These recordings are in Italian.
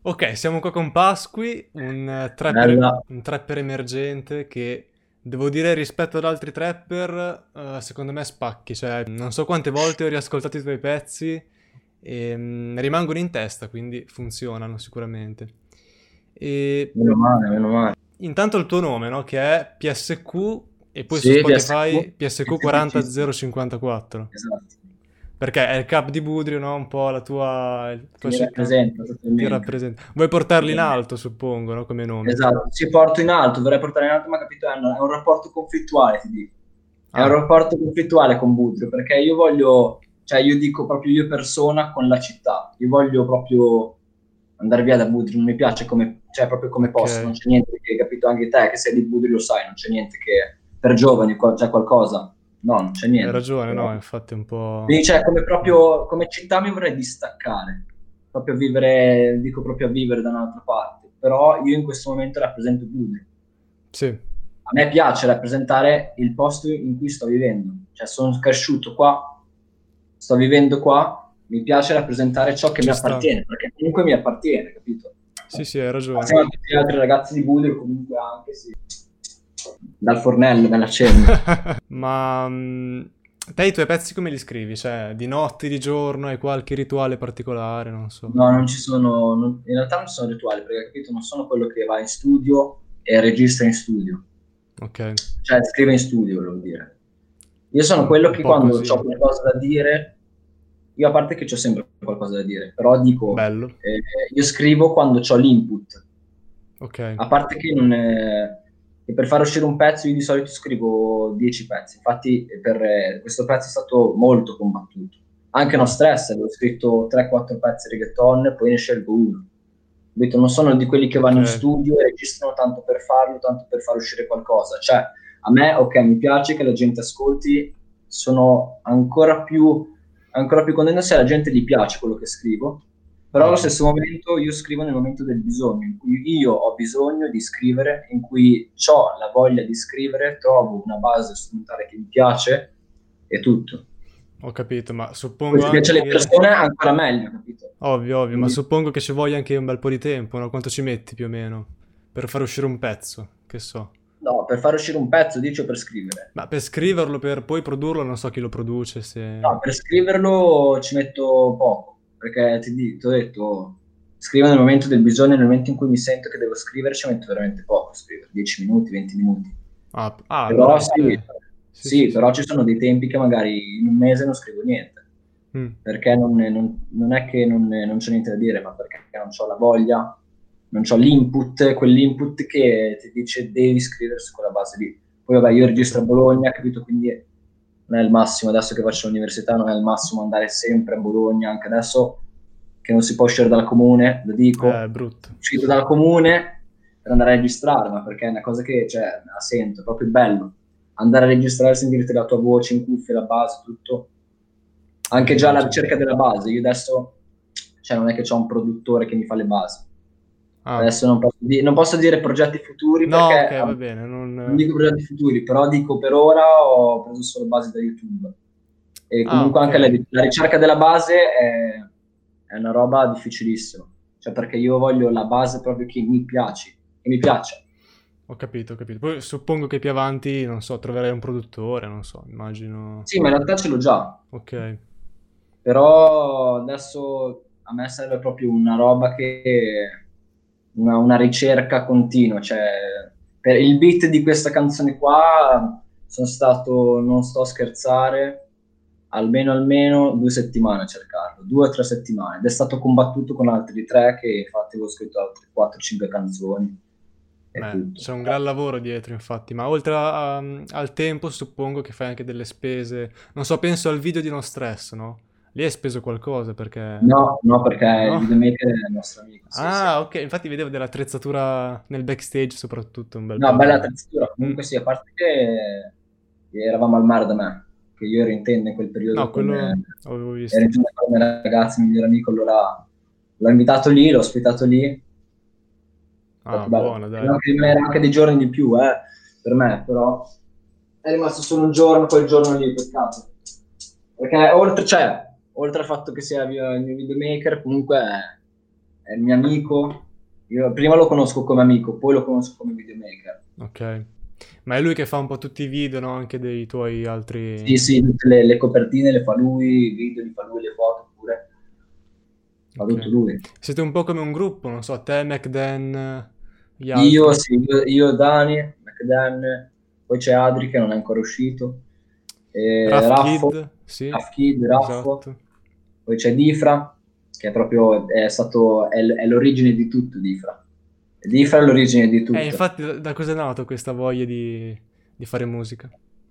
Ok, siamo qua con Pasqui, Bella. un trapper emergente che, devo dire, rispetto ad altri trapper, secondo me spacchi. Cioè, non so quante volte ho riascoltato i tuoi pezzi e rimangono in testa, quindi funzionano sicuramente. E Meno male, meno male. intanto il tuo nome, no? Che è PSQ e poi su Sì, PSQ, Spotify PSQ semplicissimo. 40054. Esatto. Perché è il cap di Budrio, no? Un po' la Che tua mi città. rappresenta Ti totalmente. rappresenta. Vuoi portarli in Totalmente. alto, suppongo, no? Come nome. Esatto. Ci porto in alto, vorrei portare in alto, ma capito, è un rapporto conflittuale, ti dico. È un Ah, rapporto conflittuale con Budrio, perché io voglio, cioè io dico proprio io persona con la città. Io voglio proprio andare via da Budrio, non mi piace come, cioè proprio come ok. posto, non c'è niente che, capito, anche te che sei di Budrio lo sai, non c'è niente che per giovani c'è qualcosa. No, non c'è Hai niente. ragione, no? Infatti è un po'. Quindi, cioè, come Mm. proprio come città mi vorrei distaccare, proprio vivere, dico proprio a vivere da un'altra parte, però io in questo momento rappresento Budrio. Sì, A me piace rappresentare il posto in cui sto vivendo, cioè sono cresciuto qua, sto vivendo qua, mi piace rappresentare ciò che mi ci sta. appartiene, perché comunque mi appartiene, capito? Sì, sì, hai ragione. Assieme a tutti gli altri ragazzi di Budrio, comunque anche sì, dal fornello, dall'accenno. Ma te i tuoi pezzi come li scrivi? Cioè, di notte, di giorno, hai qualche rituale particolare? Non so. No, non ci sono, in realtà non ci sono rituali, perché capito, non sono quello che va in studio e registra in studio, Ok. cioè scrive in studio, volevo dire. Io sono quello Un che po' quando ho così. qualcosa da dire, io a parte che ho sempre qualcosa da dire, però dico, Bello. io scrivo quando ho l'input, Ok. a parte che per far uscire un pezzo io di solito scrivo 10 pezzi, infatti questo pezzo è stato molto combattuto. Anche No Stress, avevo scritto 3-4 pezzi reggaeton, poi ne scelgo uno. Capito? Non sono di quelli che Ok. vanno in studio e registrano tanto per farlo, tanto per far uscire qualcosa. Cioè, a me, ok, mi piace che la gente ascolti, sono ancora più contento se alla gente gli piace quello che scrivo, però allo Ovvio. stesso momento io scrivo nel momento del bisogno, in cui io ho bisogno di scrivere, in cui ho la voglia di scrivere, trovo una base strumentale che mi piace e tutto. Ho capito, ma Poi suppongo se piace anche alle che. persone ancora meglio, capito? Ovvio, ovvio, ma Quindi, suppongo che ci voglia anche un bel po' di tempo, no? Quanto ci metti più o meno per far uscire un pezzo, che so. no, per fare uscire un pezzo, dicio per scrivere. Ma per scriverlo, per poi produrlo, non so chi lo produce, se. No, per scriverlo ci metto poco, perché ti ho detto, scrivo nel momento del bisogno, nel momento in cui mi sento che devo scrivere, ci metto veramente poco a scrivere, 10 minuti, 20 minuti. Allora Però sì, ok. Sì, sì, sì, sì. però ci sono dei tempi che magari in un mese non scrivo niente, Mm. perché non è che non c'è niente da dire, ma perché non ho la voglia, non ho l'input, quell'input che ti dice devi scrivere su quella base lì. Poi vabbè, Ho io registro capito. a Bologna, capito? Quindi non è il massimo, adesso che faccio l'università non è il massimo andare sempre a Bologna, anche adesso che non si può uscire dal comune, lo È dico, brutto. uscito dal comune per andare a registrare, ma perché è una cosa che, cioè, me la sento, è proprio bello. Andare a registrare, sentirti la tua voce in cuffia, la base, tutto. Anche già la Immagino. ricerca della base, io adesso, cioè, non è che c'ho un produttore che mi fa le basi. Ah. Adesso non posso dire progetti futuri No, perché ok, va bene, non non. dico progetti futuri, però dico per ora ho preso solo basi da YouTube. E Ah, comunque ok. anche la ricerca della base è una roba difficilissima. Cioè, perché io voglio la base proprio che mi piace, che mi piaccia. Ho capito, ho capito. Poi suppongo che più avanti, non so, troverai un produttore, non so, immagino. Sì, ma in realtà ce l'ho già. Ok. Però adesso a me serve proprio una roba una ricerca continua, cioè per il beat di questa canzone qua sono stato, non sto a scherzare, almeno 2 settimane a cercarlo, 2 o 3 settimane, ed è stato combattuto con altri tre che infatti avevo scritto altre 4-5 canzoni e Beh, tutto. c'è un gran lavoro dietro, infatti, ma oltre al tempo, suppongo che fai anche delle spese. Non so, penso al video di No Stress, no? Lì hai speso qualcosa perché. No, no, perché il No? videomaker è il nostro amico, sì, sì. Ah, ok, infatti vedevo dell'attrezzatura nel backstage, soprattutto un bel No, po' bella di. attrezzatura. Mm. Comunque sì, a parte che eravamo al mare da me, che io ero in tenda in quel periodo No, con, quello avevo ero in visto. tenda con il mio ragazzo, il migliore amico, allora l'ho invitato lì, l'ho ospitato lì, è Ah, stato bello. buono, dai. Potevano anche rimanere anche dei giorni di più, per me, però è rimasto solo un giorno, quel giorno lì, peccato. Perché oltre al fatto che sia il mio videomaker, comunque è il mio amico. Io prima lo conosco come amico, poi lo conosco come videomaker. Ok. Ma è lui che fa un po' tutti i video, no? Anche dei tuoi altri... Sì, sì, tutte le copertine le fa lui, i video li fa lui, le foto pure, fa tutto Ok. lui. Siete un po' come un gruppo, non so, te, McDan, gli Io, altri. sì, Dani, McDan, poi c'è Adri che non è ancora uscito, Raf Raffo, Kid, sì, Raff Kid, Raffo, esatto. poi c'è Difra, che è proprio, è l'origine di tutto, Difra. Difra è l'origine di tutto. Infatti, da cosa è nato questa voglia di fare musica?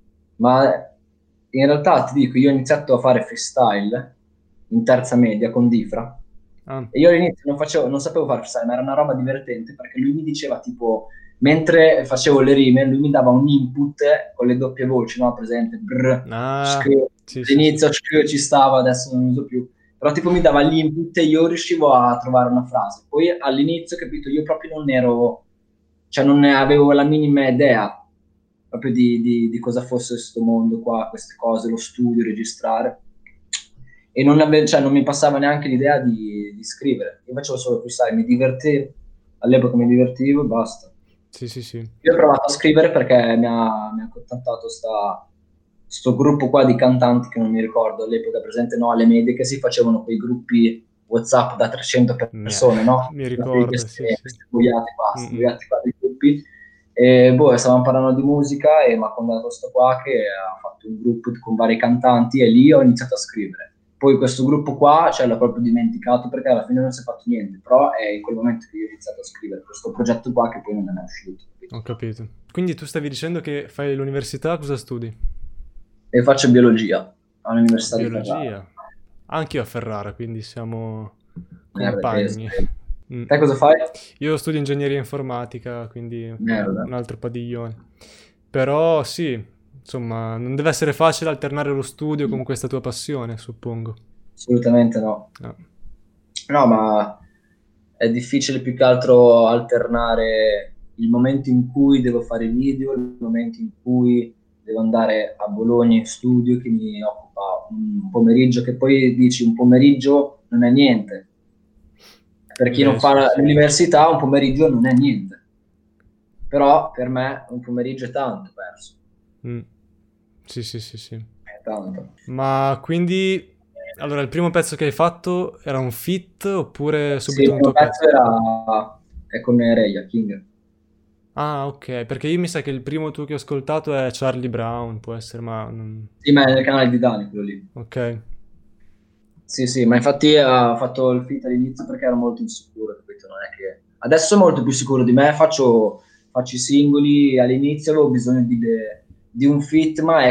Ma in realtà ti dico, io ho iniziato a fare freestyle in terza media con Difra Ah, e io all'inizio non sapevo fare freestyle, ma era una roba divertente perché lui mi diceva tipo, mentre facevo le rime, lui mi dava un input con le doppie voci, no? Presente, brr, ah, scr, sì, sì, sì. all'inizio scr ci stava, adesso non lo uso più, però tipo mi dava l'input e io riuscivo a trovare una frase. Poi all'inizio, capito, io proprio non ero, cioè non ne avevo la minima idea proprio di cosa fosse questo mondo qua, queste cose, lo studio, registrare. E cioè, non mi passava neanche l'idea di scrivere. Io facevo solo freestyle, mi divertivo, all'epoca mi divertivo e basta. Sì, sì, sì. Io ho provato a scrivere perché mi ha contattato sto gruppo qua di cantanti che non mi ricordo all'epoca, presente, no, alle medie, che si facevano quei gruppi WhatsApp da 300 Mi, persone, no? mi ricordo, sì, sì. Queste Mm-mm. boiate qua dei gruppi. E boh, stavamo parlando di musica e mi ha contattato sto qua che ha fatto un gruppo con vari cantanti e lì ho iniziato a scrivere. Poi questo gruppo qua, cioè, l'ho proprio dimenticato perché alla fine non si è fatto niente, però è in quel momento che io ho iniziato a scrivere questo progetto qua che poi non è uscito. Capito? Ho capito. Quindi tu stavi dicendo che fai l'università, cosa studi? E faccio biologia all'Università di Ferrara. Biologia. Anch'io a Ferrara, quindi siamo Merda, peso, compagni. peso. Mm. Te cosa fai? Io studio ingegneria informatica, quindi Merda. un altro padiglione. Però sì, insomma, non deve essere facile alternare lo studio con questa tua passione, suppongo. Assolutamente no. Ah, No, ma è difficile più che altro alternare il momento in cui devo fare video, il momento in cui devo andare a Bologna in studio che mi occupa un pomeriggio, che poi dici un pomeriggio non è niente. Per chi non beh, sì, fa sì. l'università un pomeriggio non è niente, però per me un pomeriggio è tanto perso, Mm. Sì, sì, sì, sì. è tanto. Ma quindi, allora, il primo pezzo che hai fatto era un feat oppure Sì, subito il un primo tuo pezzo? pezzo è con Reia King. Ah, ok, perché io mi sa che il primo tuo che ho ascoltato è Charlie Brown, può essere, ma Sì, ma è nel canale di Dani quello lì. ok. Sì, sì, ma infatti ha fatto il feat all'inizio perché era molto insicuro, capito? Non è che... Adesso è molto più sicuro di me, faccio i singoli, all'inizio avevo bisogno di un feat, ma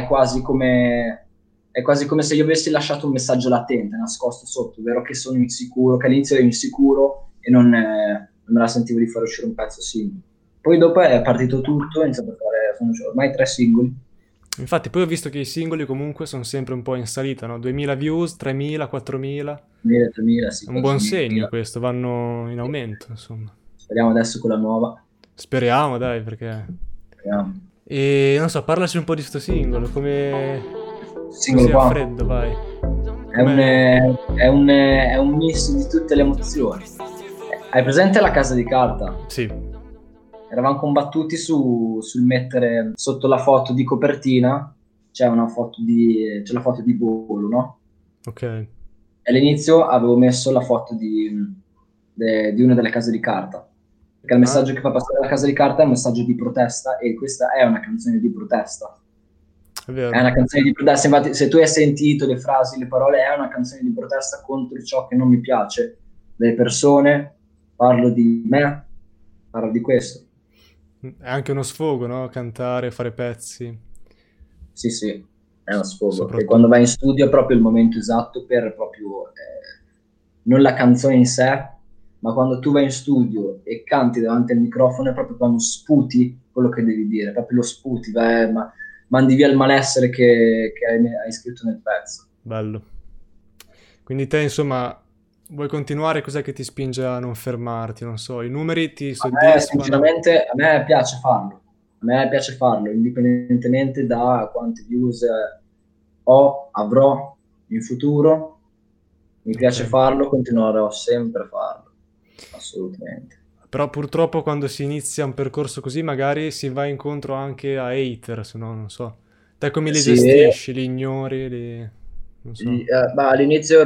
è quasi come se io avessi lasciato un messaggio latente, nascosto sotto, ovvero che sono insicuro, che all'inizio ero insicuro e non me la sentivo di far uscire un pezzo singolo. Poi dopo è partito tutto, ho iniziato a fare, sono ormai 3 singoli. Infatti poi ho visto che i singoli comunque sono sempre un po' in salita, no? 2000 views, 3000, 4000. 1000, 3000, È sì, un buon quasi segno 1000. questo, vanno in aumento, insomma. Speriamo adesso con la nuova. Speriamo, dai, perché... Speriamo. E non so, parlaci un po' di sto singolo, come... Singolo Così a qua freddo, vai. è Come... è un misto di tutte le emozioni. Hai presente La Casa di Carta? Sì, Eravamo combattuti sul mettere sotto la foto di copertina c'è la foto di Volo, no? ok. E all'inizio avevo messo la foto di una delle case di carta. Perché il Ah, messaggio che fa passare la casa di carta è un messaggio di protesta e questa è una canzone di protesta. è È vero. una canzone di protesta, infatti se tu hai sentito le frasi, le parole, è una canzone di protesta contro ciò che non mi piace delle persone, parlo di me, parlo di questo. È anche uno sfogo, no? Cantare, fare pezzi, Sì, sì, è uno sfogo. E quando vai soprattutto. in studio è proprio il momento esatto per proprio, non la canzone in sé, ma quando tu vai in studio e canti davanti al microfono è proprio quando sputi quello che devi dire, proprio lo sputi, mandi via il malessere che hai scritto nel pezzo. Bello. Quindi te, insomma, vuoi continuare? Cos'è che ti spinge a non fermarti? Non so, i numeri ti A me, soddisfano? sinceramente, a me piace farlo. A me piace farlo, indipendentemente da quante views avrò in futuro. Mi Ok. piace farlo, continuerò sempre a farlo. assolutamente. Però purtroppo quando si inizia un percorso così magari si va incontro anche a hater, se no non so. Te come li Sì, gestisci? Li ignori? Non so. ma all'inizio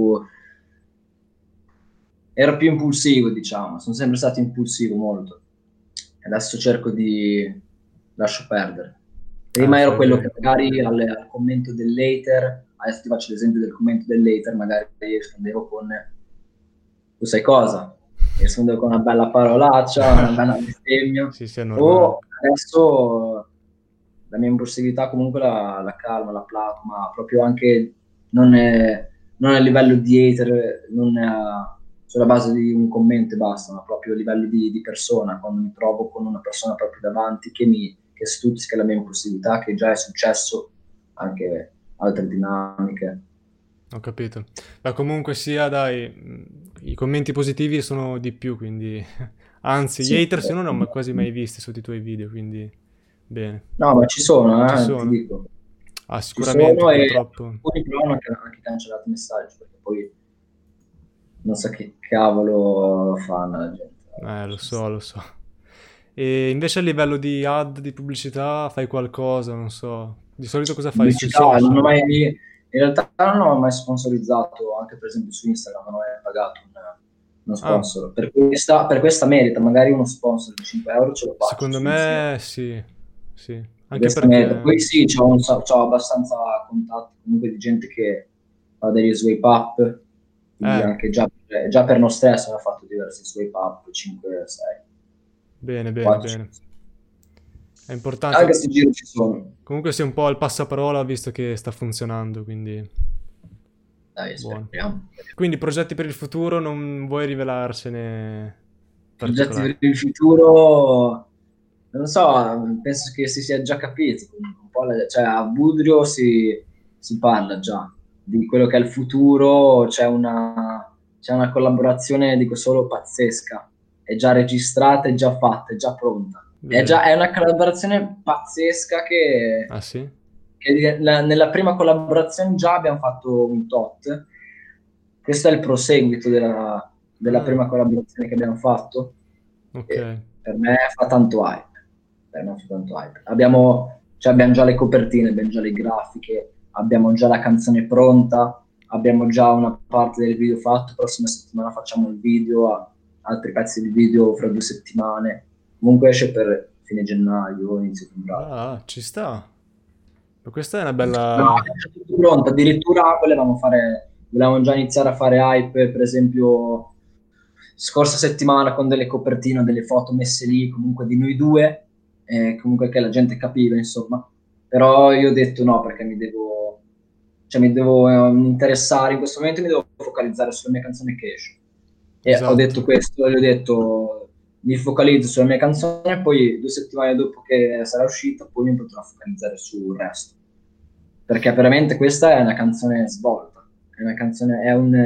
ero più impulsivo, diciamo, sono sempre stato impulsivo molto. Adesso cerco di lascio perdere. Prima ero Fai quello che bene. magari al commento dell'hater, adesso ti faccio l'esempio del commento dell'hater, magari rispondevo con tu sai cosa? Rispondevo con una bella parolaccia, una bella bestemmia. Sì, sì, è normale. O adesso la mia impulsività comunque la calma, la plasma, proprio anche non, è, non a livello di hater, non è sulla base di un commento e basta, ma proprio a livello di persona, quando mi trovo con una persona proprio davanti che stuzzica la mia impulsività, che già è successo anche altre dinamiche. Ho capito. Ma comunque sia, dai, i commenti positivi sono di più, quindi... Anzi, gli Sì, haters io non ne ho quasi mai visti sotto i tuoi video, quindi... Bene. no, ma ci Ci sono, ti sono? dico. Ah, Ci sicuramente, sono e purtroppo. alcuni però hanno anche cancellato i messaggi, perché poi non so che cavolo fanno la gente. Lo so, lo so. E invece a livello di ad, di pubblicità, fai qualcosa, non so. Di solito cosa fai sui Pubblicità, non ho social? mai, in realtà non ho mai sponsorizzato, anche per esempio su Instagram non ho mai pagato uno Ah, sponsor. Per questa merita, magari uno sponsor di 5 euro ce lo faccio secondo su Instagram. me sì, sì. Per Anche questa merita. perché... Poi sì, c'ho abbastanza contatti comunque di gente che fa degli swipe up, quindi Eh, anche già per noi stesso ho fatto diversi swipe up, 5, 6, bene, bene, 4, bene. 5. È Anche importante. sti giri ci sono. Comunque sei un po' al passaparola visto che sta funzionando, quindi Dai, buono. speriamo. Quindi progetti per il futuro non vuoi rivelarcene Progetti particolari? per il futuro, non so, penso che si sia già capito. Un po' cioè, a Budrio si parla già di quello che è il futuro, c'è una collaborazione, dico solo, pazzesca. È già registrata, è già fatta, è già pronta. Bene. È una collaborazione pazzesca Ah sì? nella prima collaborazione già abbiamo fatto un tot. Questo è il proseguito della Ah, prima collaborazione che abbiamo fatto. ok. E per me fa tanto hype. Per me fa tanto hype. Abbiamo già le copertine, abbiamo già le grafiche, abbiamo già la canzone pronta, abbiamo già una parte del video fatto. Prossima settimana facciamo il video, altri pezzi di video fra 2 settimane. Comunque esce per fine gennaio, inizio febbraio. Ah, ci sta. Ma questa è una No, bella... è già tutto pronto. Addirittura volevamo già iniziare a fare hype, per esempio, scorsa settimana con delle copertine, delle foto messe lì, comunque di noi due, comunque che la gente capiva, insomma. Però io ho detto no, perché mi devo interessare, in questo momento mi devo focalizzare sulla mia canzone che esce. E ho detto Esatto. questo, e gli ho detto mi focalizzo sulla mia canzone, poi 2 settimane dopo che sarà uscita, poi mi potrò focalizzare sul resto. Perché veramente questa è una canzone svolta, è una canzone,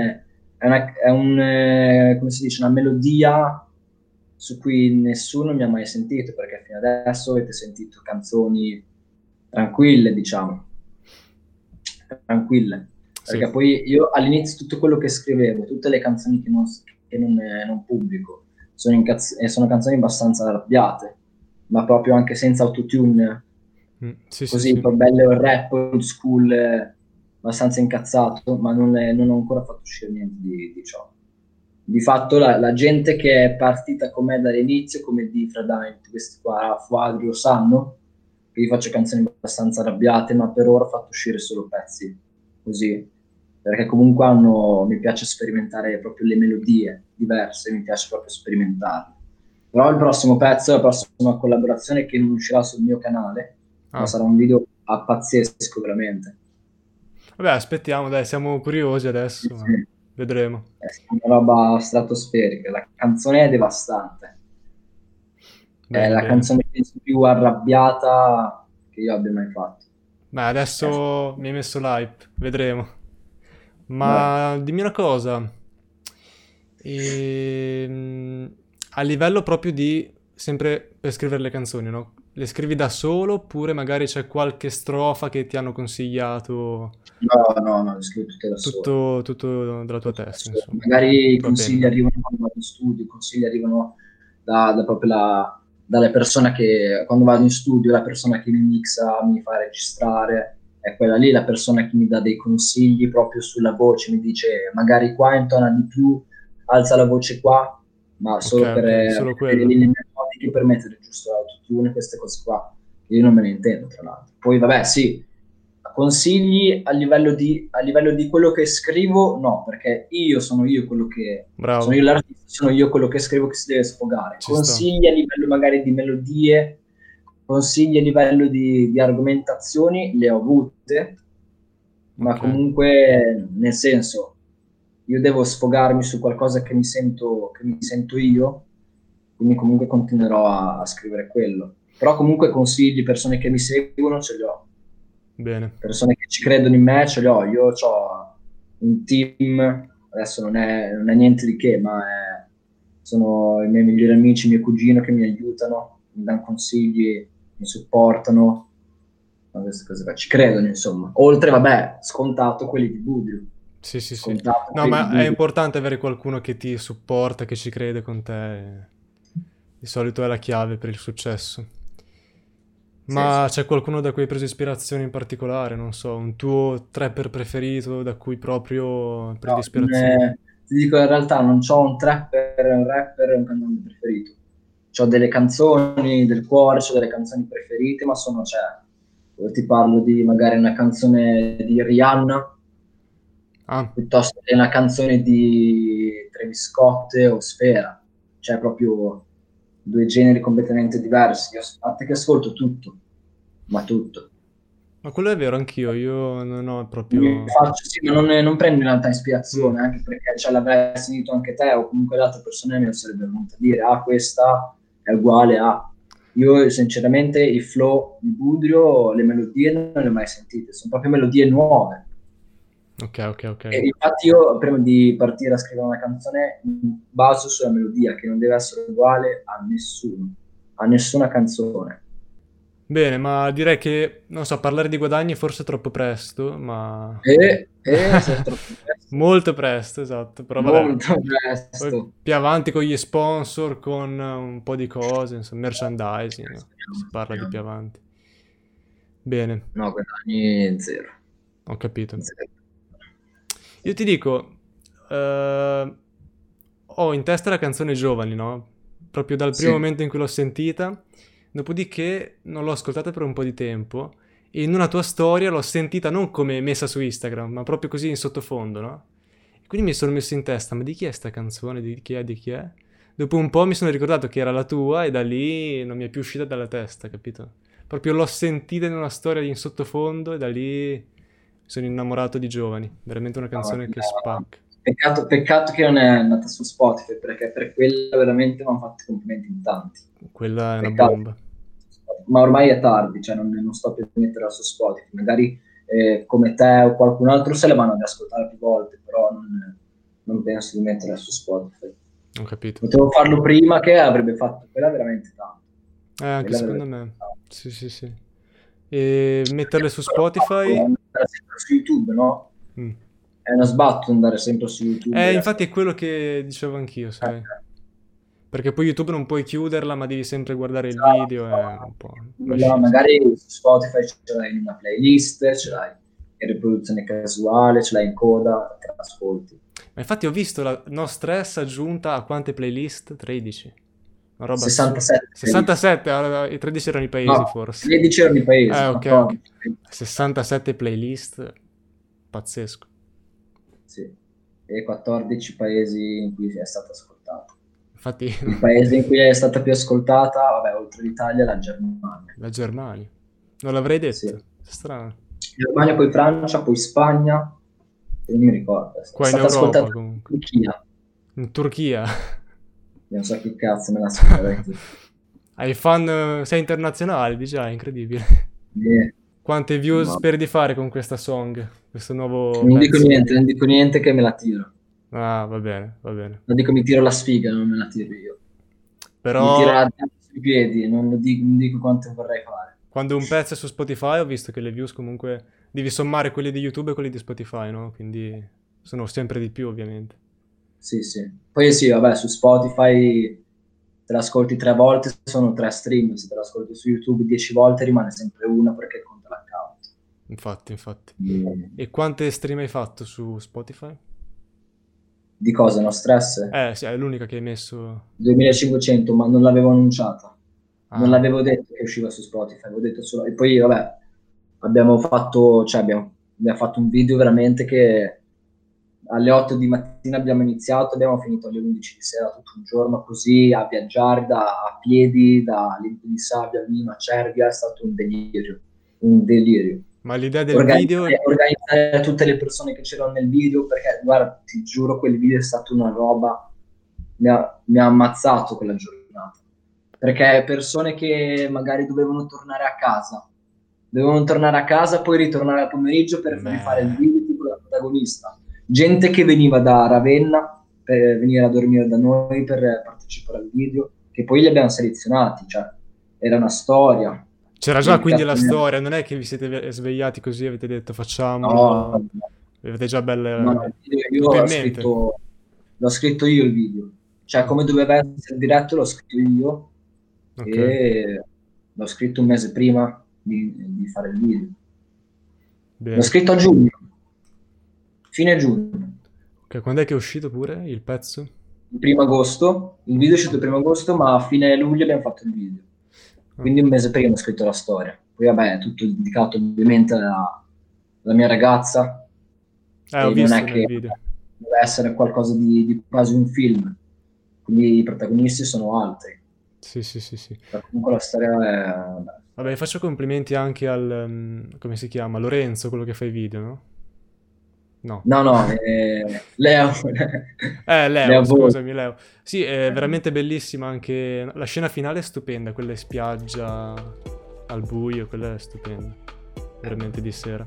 come si dice, una melodia su cui nessuno mi ha mai sentito, perché fino adesso avete sentito canzoni tranquille, diciamo, tranquille. Sì. Perché poi io all'inizio tutto quello che scrivevo, tutte le canzoni che non pubblico, sono canzoni abbastanza arrabbiate, ma proprio anche senza autotune, Sì, sì, così un sì. po' bello il rap old school, abbastanza incazzato, ma non ho ancora fatto uscire niente di ciò. Di fatto la gente che è partita con me dall'inizio, come di Fredine, questi qua, Fuadri, lo sanno, che io faccio canzoni abbastanza arrabbiate, ma per ora ho fatto uscire solo pezzi così, perché comunque mi piace sperimentare proprio le melodie diverse, mi piace proprio sperimentarle. Però il prossimo pezzo, la prossima collaborazione che non uscirà sul mio canale, ma Ah. sarà un video pazzesco veramente. Vabbè, aspettiamo, dai, siamo curiosi Sì, adesso, ma sì. vedremo. È una roba stratosferica, la canzone è devastante, è Bene, la bene. canzone penso più arrabbiata che io abbia mai fatto. Ma Eh, adesso mi hai messo l'hype, vedremo. beh, Ma dimmi una cosa. Ehm, a livello proprio di, sempre per scrivere le canzoni, no? le scrivi da solo oppure magari c'è qualche strofa che ti hanno consigliato No, le scrivo tutte da solo. tutto dalla tua testa, insomma, Magari i tua consigli penna. arrivano quando vado in studio, i consigli arrivano proprio dalle persone che, quando vado in studio, la persona che mi mixa, mi fa registrare, è quella lì, la persona che mi dà dei consigli proprio sulla voce, mi dice magari qua intona di più, alza la voce qua, ma Ok, solo per ok, solo avere le quello. linee melodiche per mettere giusto l'autotune, queste cose qua. Io non me ne intendo, tra l'altro. Poi, vabbè, sì, consigli a livello di quello che scrivo, no, perché io sono io quello che sono Bravo, io l'artista, sono io quello che scrivo che si deve sfogare. ci sta. Consigli a livello magari di melodie, consigli a livello di argomentazioni, le ho avute, ma Ok. comunque, nel senso, io devo sfogarmi su qualcosa che mi sento io, quindi comunque continuerò a scrivere quello. Però comunque consigli, persone che mi seguono, ce li ho, Bene. persone che ci credono in me, ce li ho. Io ho un team, adesso non è niente di che, ma sono i miei migliori amici, mio cugino che mi aiutano, mi danno consigli, mi supportano, ma queste cose qua. Ci credono, insomma. Oltre, vabbè, scontato quelli di Budrio. Sì, sì, sì. Scontato No, quelli di ma è Budrio. importante avere qualcuno che ti supporta, che ci crede con te. Di solito è la chiave per il successo. Sì, sì. Ma c'è qualcuno da cui hai preso ispirazione in particolare? Non so, un tuo trapper preferito da cui proprio prendi No, ispirazione? ti dico, in realtà non ho un trapper, un rapper e un cantante preferito. Ho delle canzoni del cuore, ho delle canzoni preferite, ma sono, cioè, io ti parlo di magari una canzone di Rihanna, Ah, piuttosto che una canzone di Travis Scott o Sfera. Cioè, proprio due generi completamente diversi. Io, a parte che ascolto tutto, ma tutto. ma quello è vero, anch'io. Io non ho Mi proprio... faccio, sì, ma non prendo in realtà Mm, ispirazione, anche perché ce l'avrei sentito anche te o comunque le altre persone mi sarebbero venute a dire, ah, questa è uguale a... Io sinceramente il flow di Budrio, le melodie non le ho mai sentite, sono proprio melodie nuove. ok, ok, ok. E infatti io prima di partire a scrivere una canzone mi baso sulla melodia, che non deve essere uguale a nessuno, a nessuna canzone. Bene, ma direi che, non so, parlare di guadagni forse è troppo presto, ma... Se è troppo presto, Molto presto, esatto, però vabbè. molto Poi presto. più avanti con gli sponsor, con un po' di cose, insomma, merchandising, no? Si parla di più Speriamo. avanti. Bene, No, guadagni zero. ho capito. Zero. Io ti dico, eh, ho in testa la canzone Giovani, no? Proprio dal primo Sì. momento in cui l'ho sentita, dopodiché non l'ho ascoltata per un po' di tempo e in una tua storia l'ho sentita non come messa su Instagram, ma proprio così in sottofondo, no? E quindi mi sono messo in testa, ma di chi è sta canzone? Di chi è? Di chi è? Dopo un po' mi sono ricordato che era la tua e da lì non mi è più uscita dalla testa, capito? Proprio l'ho sentita in una storia in sottofondo e da lì mi sono innamorato di Giovani. Veramente una No, canzone che spacca. peccato che non è andata su Spotify, perché per quella veramente mi hanno fatto i complimenti in tanti. Quella è una Peccato. bomba. Ma ormai è tardi, cioè non sto più a metterla su Spotify. Magari come te o qualcun altro se le vanno ad ascoltare più volte, però non penso di metterla su Spotify. Ho capito. Potevo farlo prima che avrebbe fatto quella veramente tanto. Anche Quella avrebbe secondo fatto me. tanto. Sì, sì, sì. E metterle su Però Spotify? andare sempre su YouTube, no? Mm. È uno sbatto andare sempre su YouTube e Infatti è ascoltare. quello che dicevo anch'io, sai. Perché poi YouTube non puoi chiuderla, ma devi sempre guardare il video, Esatto. è un po' una No, scesa. magari su Spotify ce l'hai in una playlist, ce l'hai in riproduzione casuale, ce l'hai in coda, te l'ascolti. Ma infatti ho visto la No Stress aggiunta a quante playlist? 13. Una roba assurda. 67 playlist. 67, allora, i 13 erano i paesi No, forse. 13 erano i paesi, Ok, ok. 14. 67 playlist, pazzesco. Sì, e 14 paesi in cui è stata ascoltata. Infatti Il paese in cui è stata più ascoltata, vabbè, oltre l'Italia, è la Germania. la Germania. Non l'avrei Sì. detto. Strano. Germania, poi Francia, poi Spagna, e non mi ricordo. È Qua in stata Europa ascoltata comunque. in Turchia. In Turchia. Non so che cazzo me la ascolterò in Turchia. Hai fan, sei internazionale, di già, incredibile. Quante views Ma speri di fare con questa song, questo nuovo non dico pezzo? niente, non dico niente che me la tiro. Ah, va bene, va bene. Non dico mi tiro la sfiga, non me la tiro io. Però Mi tiro la sui piedi, non dico quanto vorrei fare. Quando un pezzo è su Spotify ho visto che le views comunque devi sommare quelli di YouTube e quelli di Spotify, no? Quindi sono sempre di più, ovviamente. Sì, sì. Poi sì, vabbè, su Spotify te l'ascolti 3 volte, sono 3 stream, se te l'ascolti su YouTube 10 volte rimane sempre una perché conta l'account. Infatti, infatti. Quindi, E quante stream hai fatto su Spotify? di cosa? No stress? Sì, è l'unica che hai messo. 2500, ma non l'avevo annunciata. Non Ah, l'avevo detto che usciva su Spotify, avevo detto solo... E poi, vabbè, abbiamo fatto, cioè abbiamo fatto un video veramente che alle 8 di mattina abbiamo iniziato, abbiamo finito alle 11 di sera, tutto un giorno così, a viaggiare a piedi, da Limpo di Sabbia a Lima, a Cervia, è stato un delirio, un delirio. ma l'idea del video. Organizzare tutte le persone che c'erano nel video, perché guarda, ti giuro, quel video è stata una roba, mi ha ammazzato quella giornata, perché persone che magari dovevano tornare a casa, poi ritornare al pomeriggio per rifare il Beh, video tipo la protagonista, gente che veniva da Ravenna per venire a dormire da noi per partecipare al video, che poi li abbiamo selezionati, cioè era una storia. c'era già quindi la Dedicazione. storia, non è che vi siete svegliati così e avete detto No, facciamolo, avete già no, belle. io Tutto in mente. l'ho scritto io il video, cioè Ah, come doveva essere il diretto l'ho scritto io ok, e l'ho scritto un mese prima di fare il video. L'ho bene. scritto a giugno, fine giugno, Ok, quando è che è uscito pure il pezzo? il primo agosto, il video è uscito il primo agosto, ma a fine luglio abbiamo fatto il video. Ah, Quindi un mese prima ho scritto la storia. Poi vabbè, è tutto dedicato ovviamente alla mia ragazza, Ho e non visto è nel che video. deve essere qualcosa di quasi un film, quindi i protagonisti sono altri. Sì, sì, sì, sì. Comunque la storia è... Vabbè, faccio complimenti anche al, come si chiama? Lorenzo, quello che fa i video, no? No. No, no, Leo, Leo Leo, Voi. scusami, Leo. Sì, è veramente bellissima anche. La scena finale è stupenda, quella in spiaggia al buio, quella è stupenda. Veramente di sera.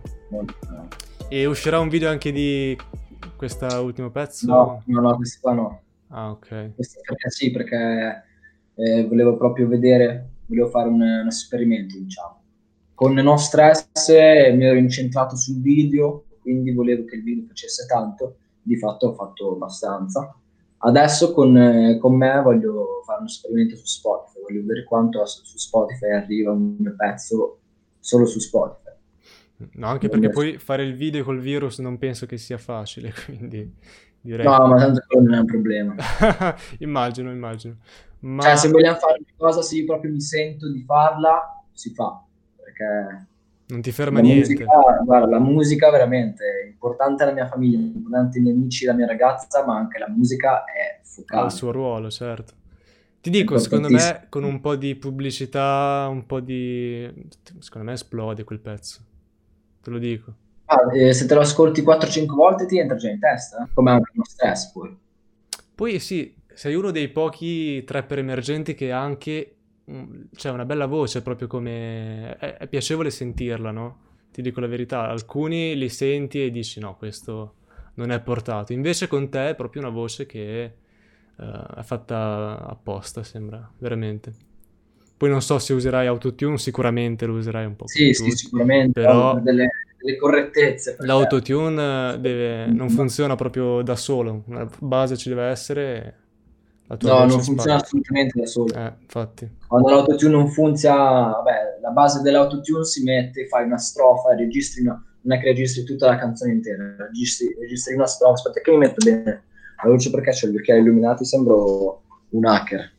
E uscirà un video anche di questo ultimo No, pezzo? no, no, questi qua no. Ah, ok. Questi perché sì, perché volevo proprio volevo fare un esperimento, diciamo. Con No Stress mi ero incentrato sul video, quindi volevo che il video facesse tanto, di fatto ho fatto abbastanza. Adesso con me voglio fare un esperimento su Spotify, voglio vedere quanto su Spotify arriva un mio pezzo solo su Spotify. No, anche perché poi fare il video col virus non penso che sia facile, quindi direi No, ma che. tanto quello non è un problema. Immagino, immagino. Cioè, Ma se vogliamo fare una cosa, se io proprio mi sento di farla, si fa. Perché non ti ferma la musica, niente. guarda, la musica veramente è importante la mia famiglia, è importante i miei amici, la mia ragazza, ma anche la musica è Ha il focale, suo ruolo, certo. Ti è dico, secondo importantissimo. me, con un po' di pubblicità, un po' di. Secondo me esplode quel pezzo. Te lo dico. Ah, se te lo ascolti 4-5 volte ti entra già in testa, come anche uno stress poi. Poi sì, sei uno dei pochi trapper emergenti che ha anche. C'è una bella voce, proprio come. È piacevole sentirla, no? Ti dico la verità. Alcuni li senti e dici no, questo non è portato. Invece con te è proprio una voce che è fatta apposta, sembra, veramente. Poi non so se userai autotune, sicuramente lo userai un po' come Sì, sì, tutti, sicuramente, ho però delle correttezze, perché... l'autotune non funziona proprio da solo, una base ci deve essere, e la tua No, non voce funziona spacca. assolutamente da solo. Infatti. Quando l'autotune non funziona, vabbè, la base dell'autotune si mette, fai una strofa, registri non è che registri tutta la canzone intera, registri una strofa. Aspetta che mi metto bene la luce perché c'ho gli occhiali illuminati, sembro un hacker.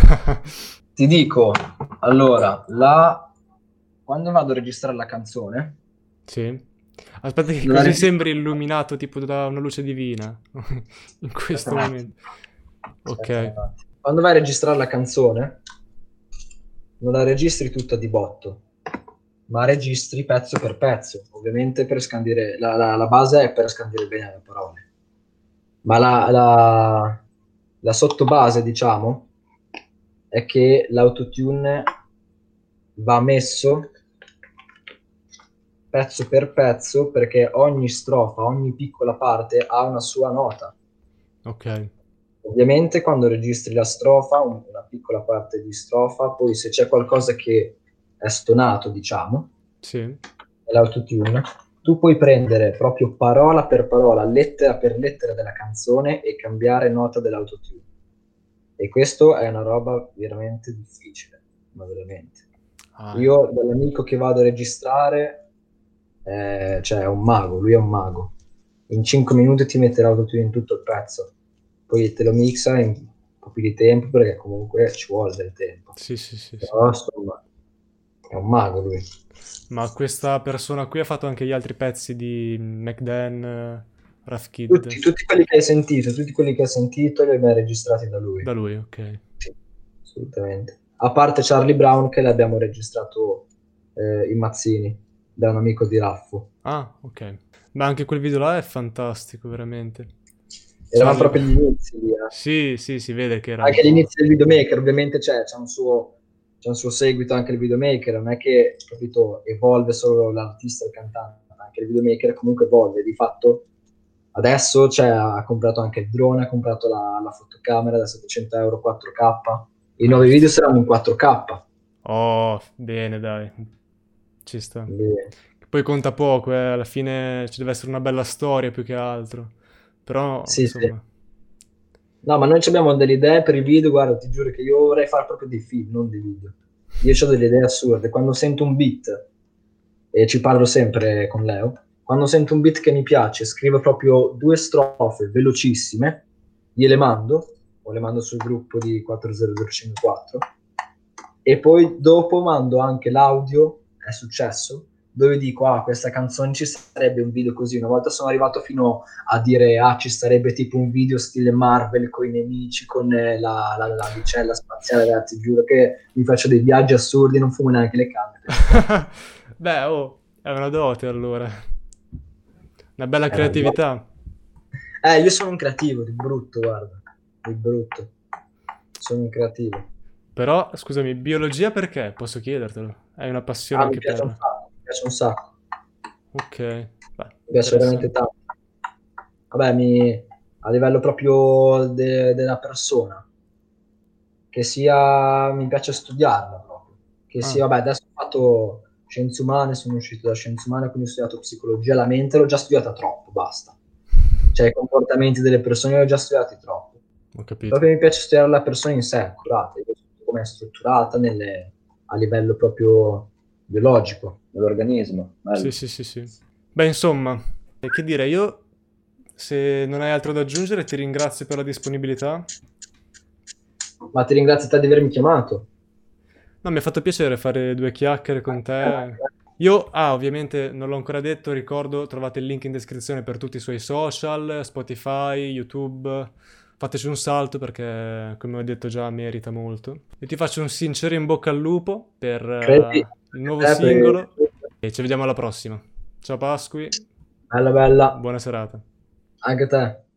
Ti dico, allora, quando vado a registrare la canzone, Sì. Aspetta che non la così registro. sembri illuminato tipo da una luce divina in Aspetta questo un attimo. momento. Aspetta un Ok. attimo. Quando vai a registrare la canzone, non la registri tutta di botto, ma registri pezzo per pezzo, ovviamente per scandire, la base è per scandire bene le parole, ma la sottobase, diciamo, è che l'autotune va messo pezzo per pezzo perché ogni strofa, ogni piccola parte ha una sua nota. Ok. Ovviamente quando registri la strofa, una piccola parte di strofa, poi se c'è qualcosa che è stonato, diciamo, Sì. l'autotune, tu puoi prendere proprio parola per parola, lettera per lettera della canzone e cambiare nota dell'autotune. E questo è una roba veramente difficile, ma veramente. Ah, Io, dall'amico che vado a registrare, cioè è un mago, lui è un mago. In 5 minuti ti mette l'autotune in tutto il pezzo, poi te lo mixa in un po' più di tempo perché comunque ci vuole del tempo. sì, sì, sì, sì. Però insomma, è un mago lui. Ma questa persona qui ha fatto anche gli altri pezzi di McDan, Rough Kid. Tutti quelli che hai sentito, tutti quelli che hai sentito li abbiamo registrati da lui. Da lui, ok. Sì, assolutamente. A parte Charlie Brown che l'abbiamo registrato in Mazzini, da un amico di Raffo. Ah, ok. Ma anche quel video là è fantastico, veramente. Eravamo Charlie... proprio agli inizi lì, Sì, sì, si vede che era un anche po'... all'inizio del videomaker, ovviamente c'è un suo seguito anche il videomaker, non è che, capito, evolve solo l'artista e il cantante, anche il videomaker comunque evolve, di fatto adesso ha comprato anche il drone, ha comprato la fotocamera da 700 euro 4K, i nuovi video saranno in 4K. Oh, bene, dai. Ci sta. Quindi, Poi conta poco, alla fine ci deve essere una bella storia più che altro. Però, sì, sì. insomma... No, ma noi abbiamo delle idee per i video, guarda, ti giuro che io vorrei fare proprio dei film, non dei video. Io ho delle idee assurde. Quando sento un beat, e ci parlo sempre con Leo, quando sento un beat che mi piace, scrivo proprio 2 strofe velocissime, gliele mando, o le mando sul gruppo di 40054, e poi dopo mando anche l'audio, è successo, dove dico, questa canzone ci sarebbe un video così. Una volta sono arrivato fino a dire, ci starebbe tipo un video stile Marvel con i nemici, con la navicella spaziale, ragazzi, giuro che mi faccio dei viaggi assurdi, non fumo neanche le canne. Beh, oh, è una dote allora. Una bella creatività. Io sono un creativo, di brutto, guarda, di brutto. Sono un creativo. Però, scusami, biologia perché? Posso chiedertelo. Hai una passione Mi anche piace un per... sacco, mi piace un sacco. Ok, beh, Mi piace veramente interessante. tanto. Vabbè, a livello proprio della persona, che sia, mi piace studiarla proprio, che Ah, sia, vabbè, adesso ho fatto scienze umane, sono uscito da scienze umane, quindi ho studiato psicologia, la mente l'ho già studiata troppo, basta. Cioè i comportamenti delle persone li ho già studiati troppo. ho capito. Proprio mi piace studiare la persona in sé, curata, come è strutturata a livello proprio biologico dell'organismo. Sì, Bello. sì, sì, sì. Beh, insomma, che dire, io, se non hai altro da aggiungere, ti ringrazio per la disponibilità. Ma ti ringrazio te di avermi chiamato. No, mi ha fatto piacere fare due chiacchiere con te. Io, ovviamente non l'ho ancora detto, ricordo, trovate il link in descrizione per tutti i suoi social, Spotify, YouTube. Fateci un salto perché, come ho detto già, merita molto. E ti faccio un sincero in bocca al lupo per Credi il nuovo te singolo e ci vediamo alla prossima. Ciao Pasqui, bella bella, buona serata. anche te.